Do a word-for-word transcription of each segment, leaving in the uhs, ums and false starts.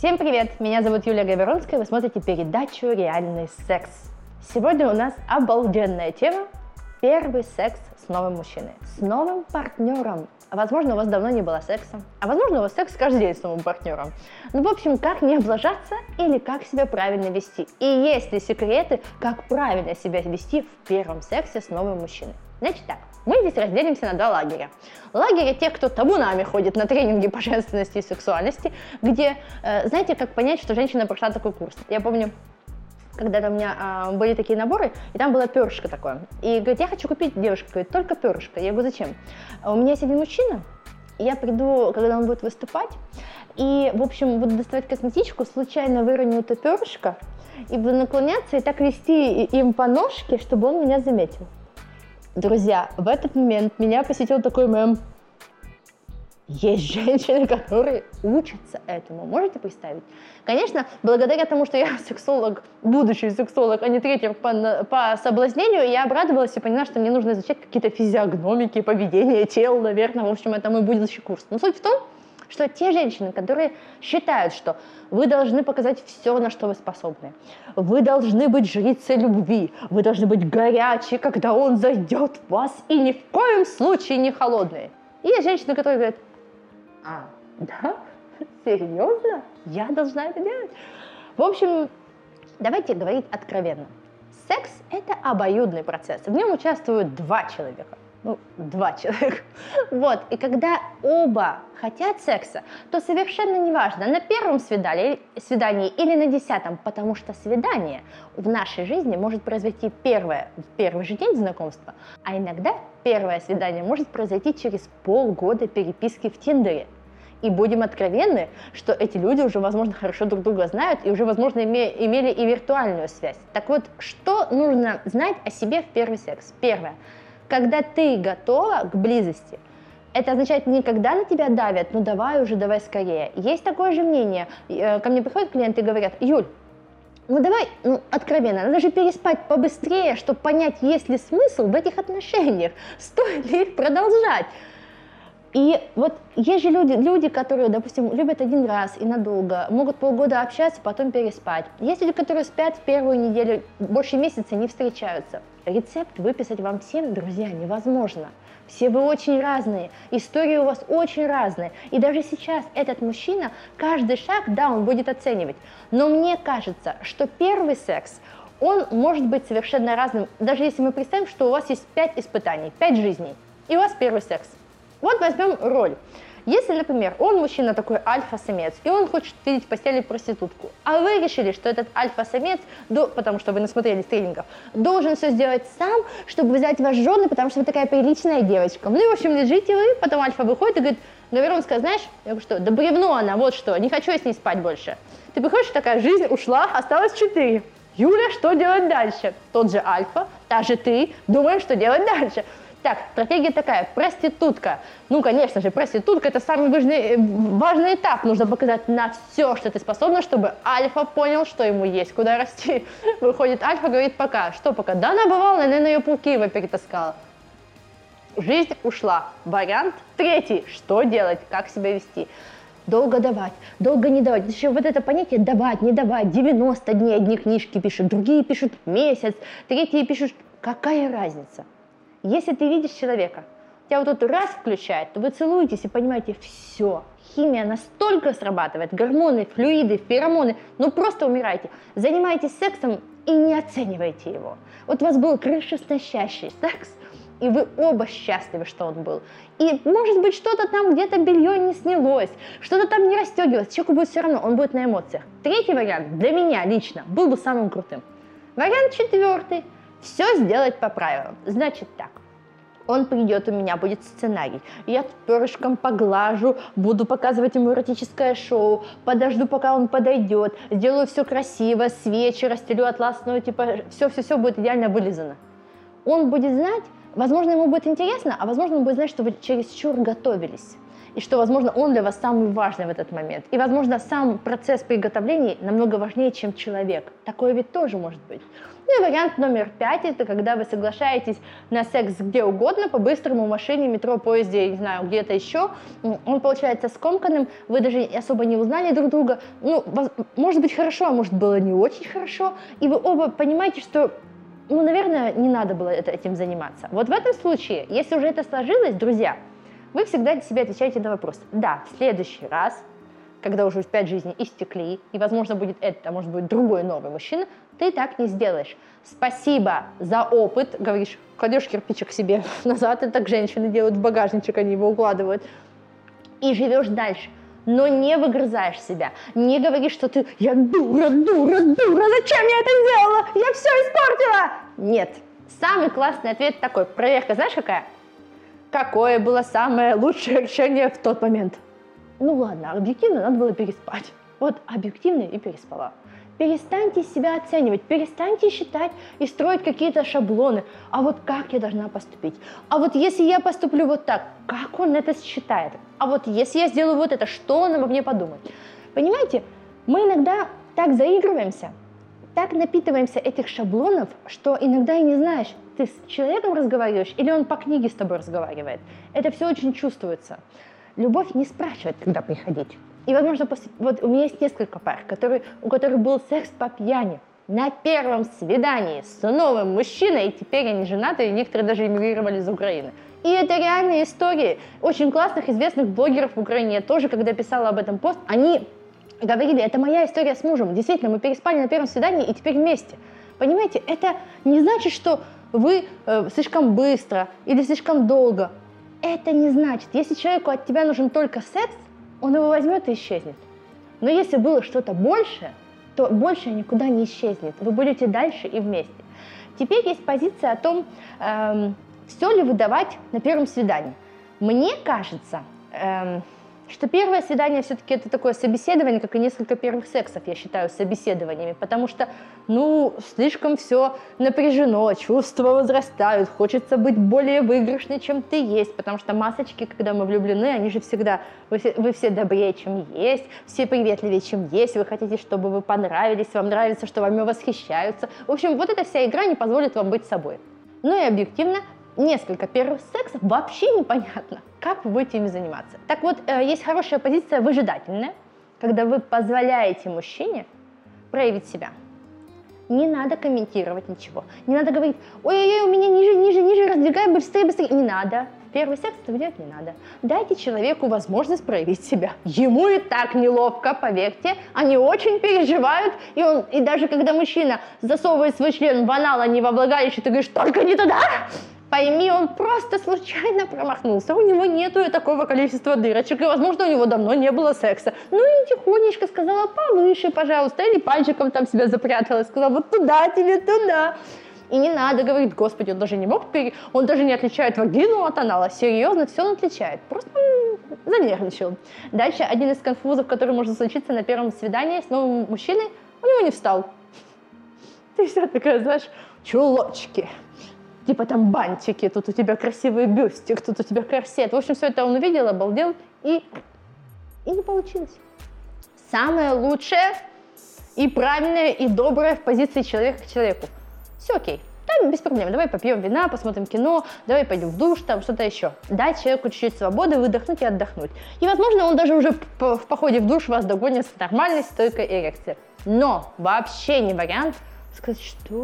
Всем привет! Меня зовут Юлия Гаверонская, вы смотрите передачу «Реальный секс». Сегодня у нас обалденная тема – первый секс с новым мужчиной, с новым партнером. Возможно, у вас давно не было секса, а возможно, у вас секс каждый день с новым партнером. Ну, в общем, как не облажаться или как себя правильно вести. И есть ли секреты, как правильно себя вести в первом сексе с новым мужчиной. Значит так, мы здесь разделимся на два лагеря. Лагерь тех, кто табунами ходит на тренинги по женственности и сексуальности, где, э, знаете, как понять, что женщина прошла такой курс. Я помню, когда-то у меня э, были такие наборы, и там было перышко такое. И говорит, я хочу купить, девушка говорит, только перышко. Я говорю, зачем? У меня есть один мужчина, я приду, когда он будет выступать, и, в общем, буду доставать косметичку, случайно выроню это перышко, и буду наклоняться и так вести им по ножке, чтобы он меня заметил. Друзья, в этот момент меня посетил такой мем. Есть женщины, которые учатся этому. Можете представить? Конечно, благодаря тому, что я сексолог, будущий сексолог, а не тренер по, по соблазнению, я обрадовалась и поняла, что мне нужно изучать какие-то физиогномики, поведение тел, наверное. В общем, это мой будущий курс. Но суть в том, что те женщины, которые считают, что вы должны показать все, на что вы способны, вы должны быть жрицей любви, вы должны быть горячей, когда он зайдет в вас, и ни в коем случае не холодные. И есть женщины, которые говорят, а, да? Серьезно? Я должна это делать? В общем, давайте говорить откровенно. Секс – это обоюдный процесс. В нем участвуют два человека. Ну, два человека. Вот, и когда оба хотят секса, то совершенно неважно, на первом свидании, свидании или на десятом, потому что свидание в нашей жизни может произойти первое в первый же день знакомства, а иногда первое свидание может произойти через полгода переписки в Тиндере. И будем откровенны, что эти люди уже, возможно, хорошо друг друга знают и уже, возможно, име- имели и виртуальную связь. Так вот, что нужно знать о себе в первый секс? Первое. Когда ты готова к близости, это означает не когда на тебя давят, ну давай уже, давай скорее. Есть такое же мнение. Ко мне приходят клиенты и говорят, Юль, ну давай, ну откровенно, надо же переспать побыстрее, чтобы понять, есть ли смысл в этих отношениях, стоит ли их продолжать. И вот есть же люди, люди, которые, допустим, любят один раз и надолго, могут полгода общаться, потом переспать. Есть люди, которые спят в первую неделю, больше месяца не встречаются. Рецепт выписать вам всем, друзья, невозможно. Все вы очень разные, истории у вас очень разные. И даже сейчас этот мужчина, каждый шаг, да, он будет оценивать. Но мне кажется, что первый секс, он может быть совершенно разным. Даже если мы представим, что у вас есть пять испытаний, пять жизней, и у вас первый секс. Вот возьмем роль. Если, например, он мужчина такой альфа-самец, и он хочет видеть в постели проститутку, а вы решили, что этот альфа-самец, до, потому что вы насмотрелись тренингов, должен все сделать сам, чтобы взять вас в жены, потому что вы такая приличная девочка. Ну и, в общем, лежите вы, потом альфа выходит и говорит, Гаверонская, знаешь, я говорю, что, да бревно она, вот что, не хочу я с ней спать больше. Ты приходишь, такая, жизнь ушла, осталось четыре. Юля, что делать дальше? Тот же альфа, та же ты, думаем, что делать дальше. Так, стратегия такая, проститутка. Ну, конечно же, проститутка – это самый важный, важный этап. Нужно показать на все, что ты способна, чтобы альфа понял, что ему есть, куда расти. Выходит альфа, говорит, пока. Что пока? Да, она бывала, наверное, ее Пулкиева перетаскала. Жизнь ушла. Вариант третий. Что делать, как себя вести? Долго давать, долго не давать. Еще вот это понятие давать, не давать. девяносто дней одни книжки пишут, другие пишут месяц, третьи пишут. Какая разница? Если ты видишь человека, тебя вот тут раз включает, то вы целуетесь и понимаете, все, химия настолько срабатывает, гормоны, флюиды, феромоны, ну просто умираете. Занимаетесь сексом и не оцениваете его. Вот у вас был крышесносящий секс, и вы оба счастливы, что он был. И может быть что-то там где-то белье не снялось, что-то там не расстегивалось, человеку будет все равно, он будет на эмоциях. Третий вариант для меня лично был бы самым крутым. Вариант четвертый. Все сделать по правилам. Значит так, он придет, у меня будет сценарий, я перышком поглажу, буду показывать ему эротическое шоу, подожду, пока он подойдет, сделаю все красиво, свечи, расстелю атласную, типа, все-все-все будет идеально вылизано. Он будет знать, возможно, ему будет интересно, а возможно, он будет знать, что вы чересчур готовились. и что, возможно, он для вас самый важный в этот момент. И, возможно, сам процесс приготовления намного важнее, чем человек. Такое ведь тоже может быть. Ну и вариант номер пять – это когда вы соглашаетесь на секс где угодно, по-быстрому, в машине, метро, поезде, не знаю, где-то еще. Он получается скомканным, вы даже особо не узнали друг друга. Ну, может быть, хорошо, а может, было не очень хорошо. И вы оба понимаете, что, ну, наверное, не надо было это, этим заниматься. Вот в этом случае, если уже это сложилось, друзья, вы всегда себе отвечаете на вопрос. Да, в следующий раз, когда уже пять жизней истекли, и, возможно, будет это, а может быть, другой новый мужчина, ты так не сделаешь. Спасибо за опыт, говоришь, кладешь кирпичик себе назад, это так женщины делают, в багажничек они его укладывают, и живешь дальше. Но не выгрызаешь себя, не говоришь, что ты «я дура, дура, дура, зачем я это сделала? Я все испортила!» Нет, самый классный ответ такой, проверка, знаешь какая? Какое было самое лучшее решение в тот момент? Ну ладно, объективно надо было переспать. Вот объективно и переспала. Перестаньте себя оценивать, перестаньте считать и строить какие-то шаблоны. А вот как я должна поступить? А вот если я поступлю вот так, как он это считает? А вот если я сделаю вот это, что он обо мне подумает? Понимаете, мы иногда так заигрываемся, так напитываемся этих шаблонов, что иногда и не знаешь, ты с человеком разговариваешь или он по книге с тобой разговаривает. Это все очень чувствуется. Любовь не спрашивает, когда приходить. И, возможно, после... вот у меня есть несколько пар, которые... у которых был секс по пьяни на первом свидании с новым мужчиной, и теперь они женаты, и некоторые даже эмигрировали из Украины. И это реальные истории очень классных, известных блогеров в Украине. Я тоже, когда писала об этом пост, они говорили, это моя история с мужем. Действительно, мы переспали на первом свидании и теперь вместе. Понимаете, это не значит, что вы э, слишком быстро или слишком долго. Это не значит, если человеку от тебя нужен только секс, он его возьмет и исчезнет. Но если было что-то большее, то больше никуда не исчезнет. Вы будете дальше и вместе. Теперь есть позиция о том, эм, все ли выдавать на первом свидании. Мне кажется, эм, что первое свидание все-таки это такое собеседование, как и несколько первых сексов, я считаю, собеседованиями, потому что, ну, слишком все напряжено, чувства возрастают, хочется быть более выигрышной, чем ты есть, потому что масочки, когда мы влюблены, они же всегда, вы все, вы все добрее, чем есть, все приветливее, чем есть, вы хотите, чтобы вы понравились, вам нравится, что вами восхищаются. В общем, вот эта вся игра не позволит вам быть собой. Ну и объективно, несколько первых сексов вообще непонятно, как вы будете ими заниматься. Так вот, есть хорошая позиция выжидательная, когда вы позволяете мужчине проявить себя. Не надо комментировать ничего. Не надо говорить, ой-ой-ой, у меня ниже, ниже, ниже, раздвигай, быстрее, быстрее. Не надо. Первый секс это делать не надо. Дайте человеку возможность проявить себя. Ему и так неловко, поверьте. Они очень переживают. И, он, и даже когда мужчина засовывает свой член в анал, а не во влагалище, ты говоришь, только не туда. Пойми, он просто случайно промахнулся, у него нету такого количества дырочек, и, возможно, у него давно не было секса. Ну и тихонечко сказала, повыше, пожалуйста, или пальчиком там себя запрятала, сказала, вот туда тебе, туда. И не надо говорить, господи, он даже не мог, пере... он даже не отличает вагину от анала, серьезно, все он отличает, просто занервничал. Дальше один из конфузов, который может случиться на первом свидании с новым мужчиной, у него не встал. Ты вся такая, знаешь, чулочки. Типа там бантики, тут у тебя красивый бюстик, тут у тебя корсет. В общем, все это он увидел, обалдел, и, и не получилось. Самое лучшее и правильное, и доброе в позиции человека к человеку. Все окей, да, без проблем, давай попьем вина, посмотрим кино, давай пойдем в душ, там что-то еще. Дать человеку чуть-чуть свободы, выдохнуть и отдохнуть. И, возможно, он даже уже в походе в душ вас догонит с нормальной стойкой эрекции. Но вообще не вариант сказать, что...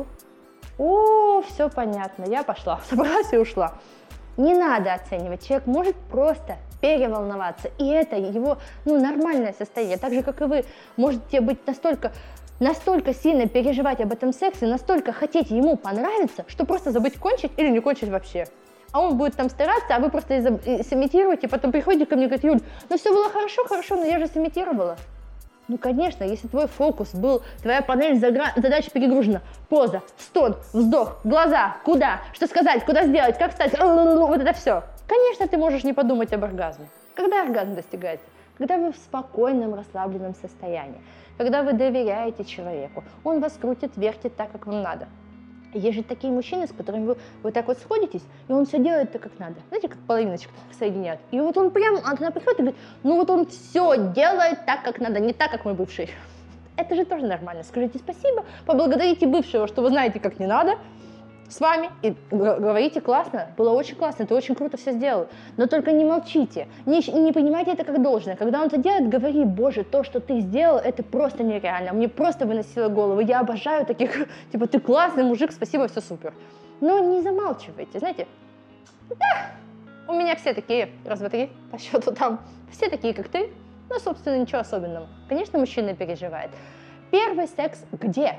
О, все понятно, я пошла, собралась и ушла. Не надо оценивать, человек может просто переволноваться, и это его, ну, нормальное состояние, так же, как и вы можете быть настолько, настолько сильно переживать об этом сексе, настолько хотеть ему понравиться, что просто забыть кончить или не кончить вообще. А он будет там стараться, а вы просто сымитируете, потом приходите ко мне и говорите, Юль, ну все было хорошо, хорошо, но я же сымитировала. Ну, конечно, если твой фокус был, твоя панель задач перегружена, поза, стон, вздох, глаза, куда, что сказать, куда сделать, как встать, вот это все. Конечно, ты можешь не подумать об оргазме. Когда оргазм достигается? Когда вы в спокойном, расслабленном состоянии, когда вы доверяете человеку, он вас крутит, вертит так, как вам надо. Есть же такие мужчины, с которыми вы вот так вот сходитесь, и он все делает так, как надо. Знаете, как половиночку соединяют. И вот он прям, она приходит и говорит, ну вот он все делает так, как надо, не так, как мой бывший. Это же тоже нормально. Скажите спасибо, поблагодарите бывшего, что вы знаете, как не надо с вами, и говорите классно, было очень классно, ты очень круто все сделал. Но только не молчите, не, не принимайте это как должное. Когда он это делает, говори, боже, то, что ты сделал, это просто нереально, мне просто выносило голову, я обожаю таких, типа, ты классный мужик, спасибо, все супер. Но не замалчивайте, знаете, да, у меня все такие, раз, два, три, по счету там, все такие, как ты, но, собственно, ничего особенного. Конечно, мужчина переживает. Первый секс где?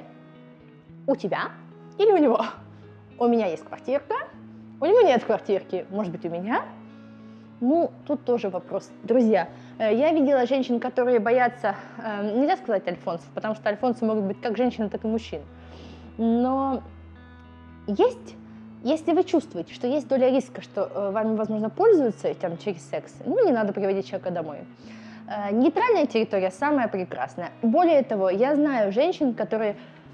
У тебя или у него? У меня есть квартирка, у него нет квартирки, может быть, у меня? Ну, тут тоже вопрос. Друзья, я видела женщин, которые боятся, нельзя сказать альфонсов, потому что альфонсы могут быть как женщины, так и мужчин. Но есть, если вы чувствуете, что есть доля риска, что вами, возможно, пользуются там, через секс, ну, не надо приводить человека домой. Нейтральная территория самая прекрасная. Более того, я знаю женщин, которые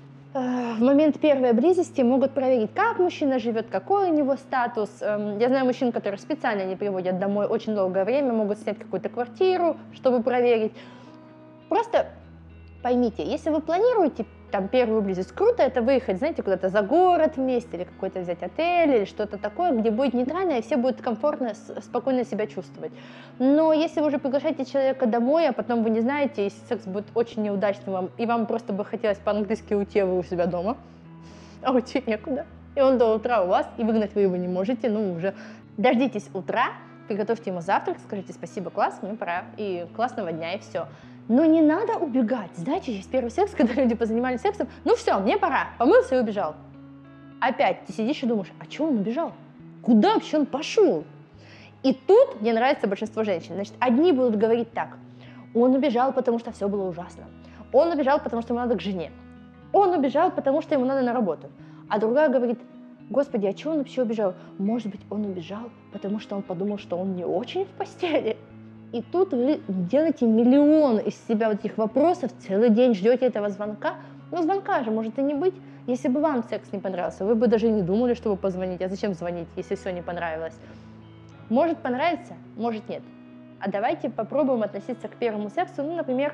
в момент первой близости могут проверить, как мужчина живет, какой у него статус. Я знаю мужчин, которые специально не приводят домой очень долгое время, могут снять какую-то квартиру, чтобы проверить. Просто поймите, если вы планируете там первую близость, круто это выехать, знаете, куда-то за город вместе, или какой-то взять отель, или что-то такое, где будет нейтрально, и все будут комфортно, спокойно себя чувствовать. Но если вы уже приглашаете человека домой, а потом вы не знаете, и секс будет очень неудачным, и вам просто бы хотелось по-английски уйти, а вы у себя дома, а уйти некуда, и он до утра у вас, и выгнать вы его не можете, ну уже дождитесь утра, приготовьте ему завтрак, скажите спасибо, класс, мне пора, и классного дня, и все. Но не надо убегать. Знаете, есть первый секс, когда люди позанимались сексом. Ну все, мне пора. Помылся и убежал. Опять ты сидишь и думаешь, а чего он убежал? Куда вообще он пошел? И тут мне нравится большинство женщин. Значит, одни будут говорить так. Он убежал, потому что все было ужасно. Он убежал, потому что ему надо к жене. Он убежал, потому что ему надо на работу. А другая говорит, господи, а чего он вообще убежал? Может быть, он убежал, потому что он подумал, что он не очень в постели. И тут вы делаете миллион из себя вот этих вопросов, целый день ждете этого звонка. Но звонка же может и не быть. Если бы вам секс не понравился, вы бы даже не думали, чтобы позвонить. А зачем звонить, если все не понравилось? Может понравиться, может нет. А давайте попробуем относиться к первому сексу. Ну, например,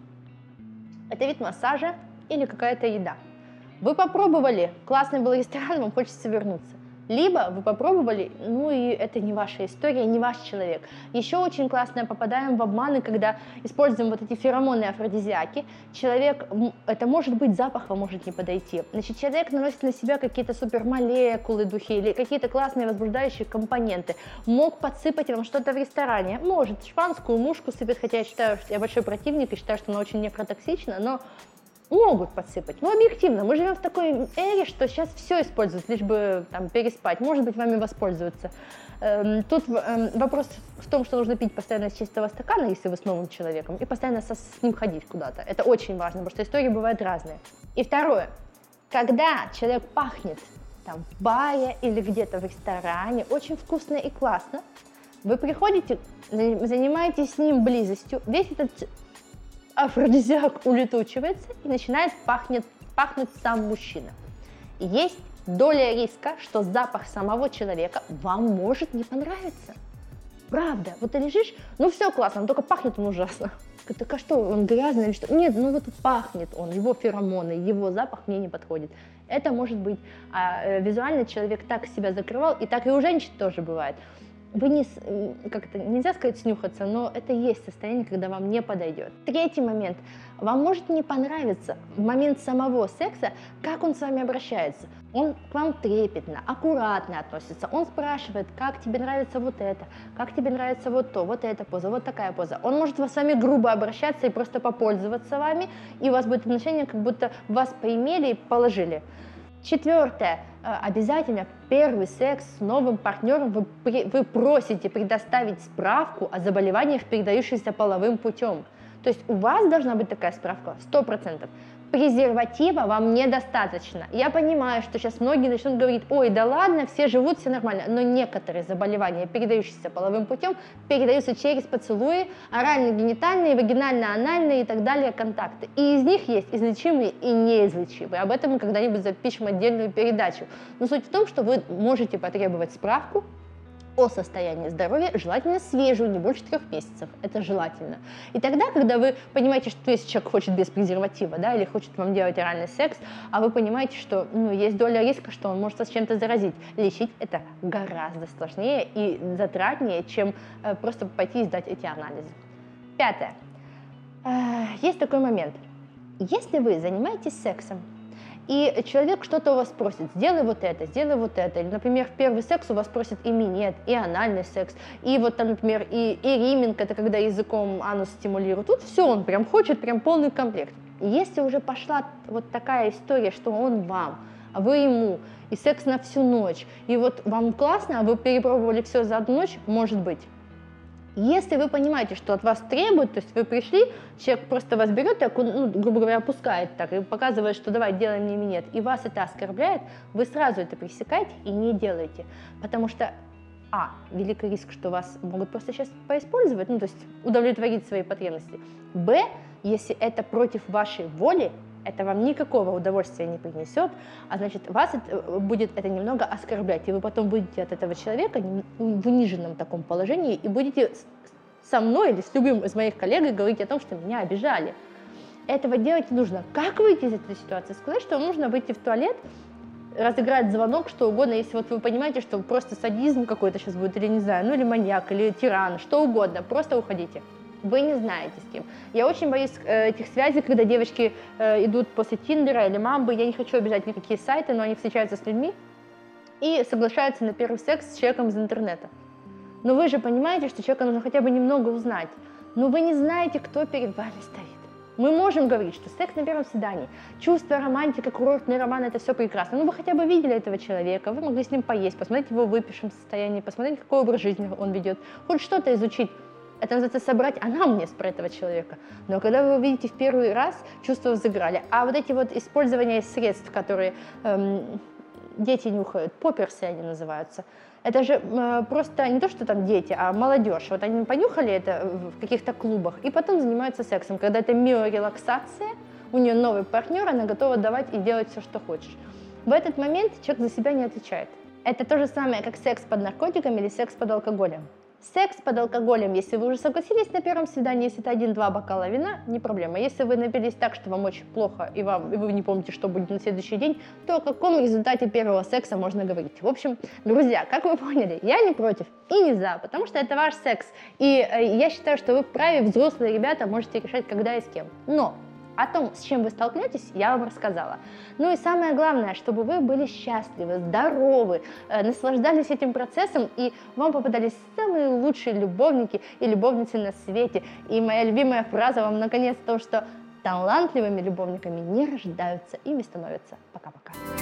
это вид массажа или какая-то еда. Вы попробовали, классный был ресторан, вам хочется вернуться. Либо вы попробовали, ну и это не ваша история, не ваш человек. Еще очень классно попадаем в обманы, когда используем вот эти феромоны афродизиаки. Человек, это может быть запах, вам может не подойти. Значит, человек наносит на себя какие-то супермолекулы, духи или какие-то классные возбуждающие компоненты. Мог подсыпать вам что-то в ресторане. Может, шпанскую мушку сыпет, хотя я считаю, что я большой противник и считаю, что она очень нефротоксична, но могут подсыпать. Ну, объективно, мы живем в такой эре, что сейчас все используют, лишь бы там переспать. Может быть, вами воспользоваться. Эм, тут эм, вопрос в том, что нужно пить постоянно из чистого стакана, если вы с новым человеком, и постоянно со, с ним ходить куда-то. Это очень важно, потому что истории бывают разные. И второе. Когда человек пахнет там в баре или где-то в ресторане, очень вкусно и классно, вы приходите, занимаетесь с ним близостью, весь этот афродизиак улетучивается и начинает пахнет, пахнуть сам мужчина. И есть доля риска, что запах самого человека вам может не понравиться. Правда, вот ты лежишь, ну все классно, но только пахнет он ужасно. Так а что, он грязный или что? Нет, ну вот пахнет он, его феромоны, его запах мне не подходит. Это может быть, а, э, визуально человек так себя закрывал, и так и у женщин тоже бывает. Вы не, как это, нельзя сказать снюхаться, но это есть состояние, когда вам не подойдет. Третий момент. Вам может не понравиться в момент самого секса, как он с вами обращается. Он к вам трепетно, аккуратно относится. Он спрашивает, как тебе нравится вот это, как тебе нравится вот то, вот эта поза, вот такая поза. Он может с вами грубо обращаться и просто попользоваться вами, и у вас будет отношение, как будто вас поимели и положили. Четвертое. Обязательно первый секс с новым партнером вы, вы просите предоставить справку о заболеваниях, передающихся половым путем. То есть у вас должна быть такая справка, сто процентов. презерватива вам недостаточно. Я понимаю, что сейчас многие начнут говорить: ой, да ладно, все живут, все нормально. Но некоторые заболевания, передающиеся половым путем, передаются через поцелуи, орально-генитальные, вагинально-анальные и так далее контакты. И из них есть излечимые и неизлечимые. Об этом мы когда-нибудь запишем отдельную передачу. Но суть в том, что вы можете потребовать справку о состоянии здоровья, желательно свежую, не больше трех месяцев, это желательно. И тогда, когда вы понимаете, что если человек хочет без презерватива, да, или хочет вам делать оральный секс, а вы понимаете, что ну, есть доля риска, что он может вас чем-то заразить, лечить это гораздо сложнее и затратнее, чем э, просто пойти и сдать эти анализы. Пятое. Э, есть такой момент. Если вы занимаетесь сексом, и человек что-то у вас просит: сделай вот это, сделай вот это. Или, например, в первый секс у вас просят и минет, и анальный секс, и вот там, например, и, и риминг, это когда языком анус стимулируют. Тут все он прям хочет, прям полный комплект. И если уже пошла вот такая история, что он вам, а вы ему, и секс на всю ночь, и вот вам классно, а вы перепробовали все за одну ночь, может быть. Если вы понимаете, что от вас требуют, то есть вы пришли, человек просто вас берет и, ну, грубо говоря, опускает так и показывает, что давай, делай мне минет, и вас это оскорбляет, вы сразу это пресекаете и не делаете. Потому что, а, великий риск, что вас могут просто сейчас поиспользовать, ну, то есть удовлетворить свои потребности. Б, если это против вашей воли, это вам никакого удовольствия не принесет, а значит, вас это, будет это немного оскорблять, и вы потом выйдете от этого человека в униженном таком положении и будете со мной или с любым из моих коллег говорить о том, что меня обижали. Этого делать не нужно. Как выйти из этой ситуации? Сказать, что вам нужно выйти в туалет, разыграть звонок, что угодно, если вот вы понимаете, что просто садизм какой-то сейчас будет, или не знаю, ну или маньяк, или тиран, что угодно, просто уходите. Вы не знаете с кем. Я очень боюсь э, этих связей, когда девочки э, идут после Тиндера или Мамбы. Я не хочу обижать никакие сайты, но они встречаются с людьми и соглашаются на первый секс с человеком из интернета. Но вы же понимаете, что человека нужно хотя бы немного узнать. Но вы не знаете, кто перед вами стоит. Мы можем говорить, что секс на первом свидании, чувство, романтика, курортный роман – это все прекрасно. Ну, вы хотя бы видели этого человека, вы могли с ним поесть, посмотреть его в выпившем состоянии, посмотреть, какой образ жизни он ведет, хоть что-то изучить. Это называется собрать анамнез про этого человека. Но когда вы увидите в первый раз, чувства взыграли. А вот эти вот использования средств, которые эм, дети нюхают, попперсы они называются, это же э, просто не то, что там дети, а молодежь. Вот они понюхали это в каких-то клубах и потом занимаются сексом. Когда это миорелаксация, у нее новый партнер, она готова давать и делать все, что хочешь. В этот момент человек за себя не отвечает. Это то же самое, как секс под наркотиками или секс под алкоголем. Секс под алкоголем, если вы уже согласились на первом свидании, если это один-два бокала вина, не проблема. Если вы напились так, что вам очень плохо, и, вам, и вы не помните, что будет на следующий день, то о каком результате первого секса можно говорить? В общем, друзья, как вы поняли, я не против и не за, потому что это ваш секс. И э, я считаю, что вы вправе, взрослые ребята, можете решать, когда и с кем. Но о том, с чем вы столкнетесь, я вам рассказала. Ну и самое главное, чтобы вы были счастливы, здоровы, э, наслаждались этим процессом, и вам попадались самые лучшие любовники и любовницы на свете. И моя любимая фраза вам наконец то, что талантливыми любовниками не рождаются, ими становятся. Пока-пока.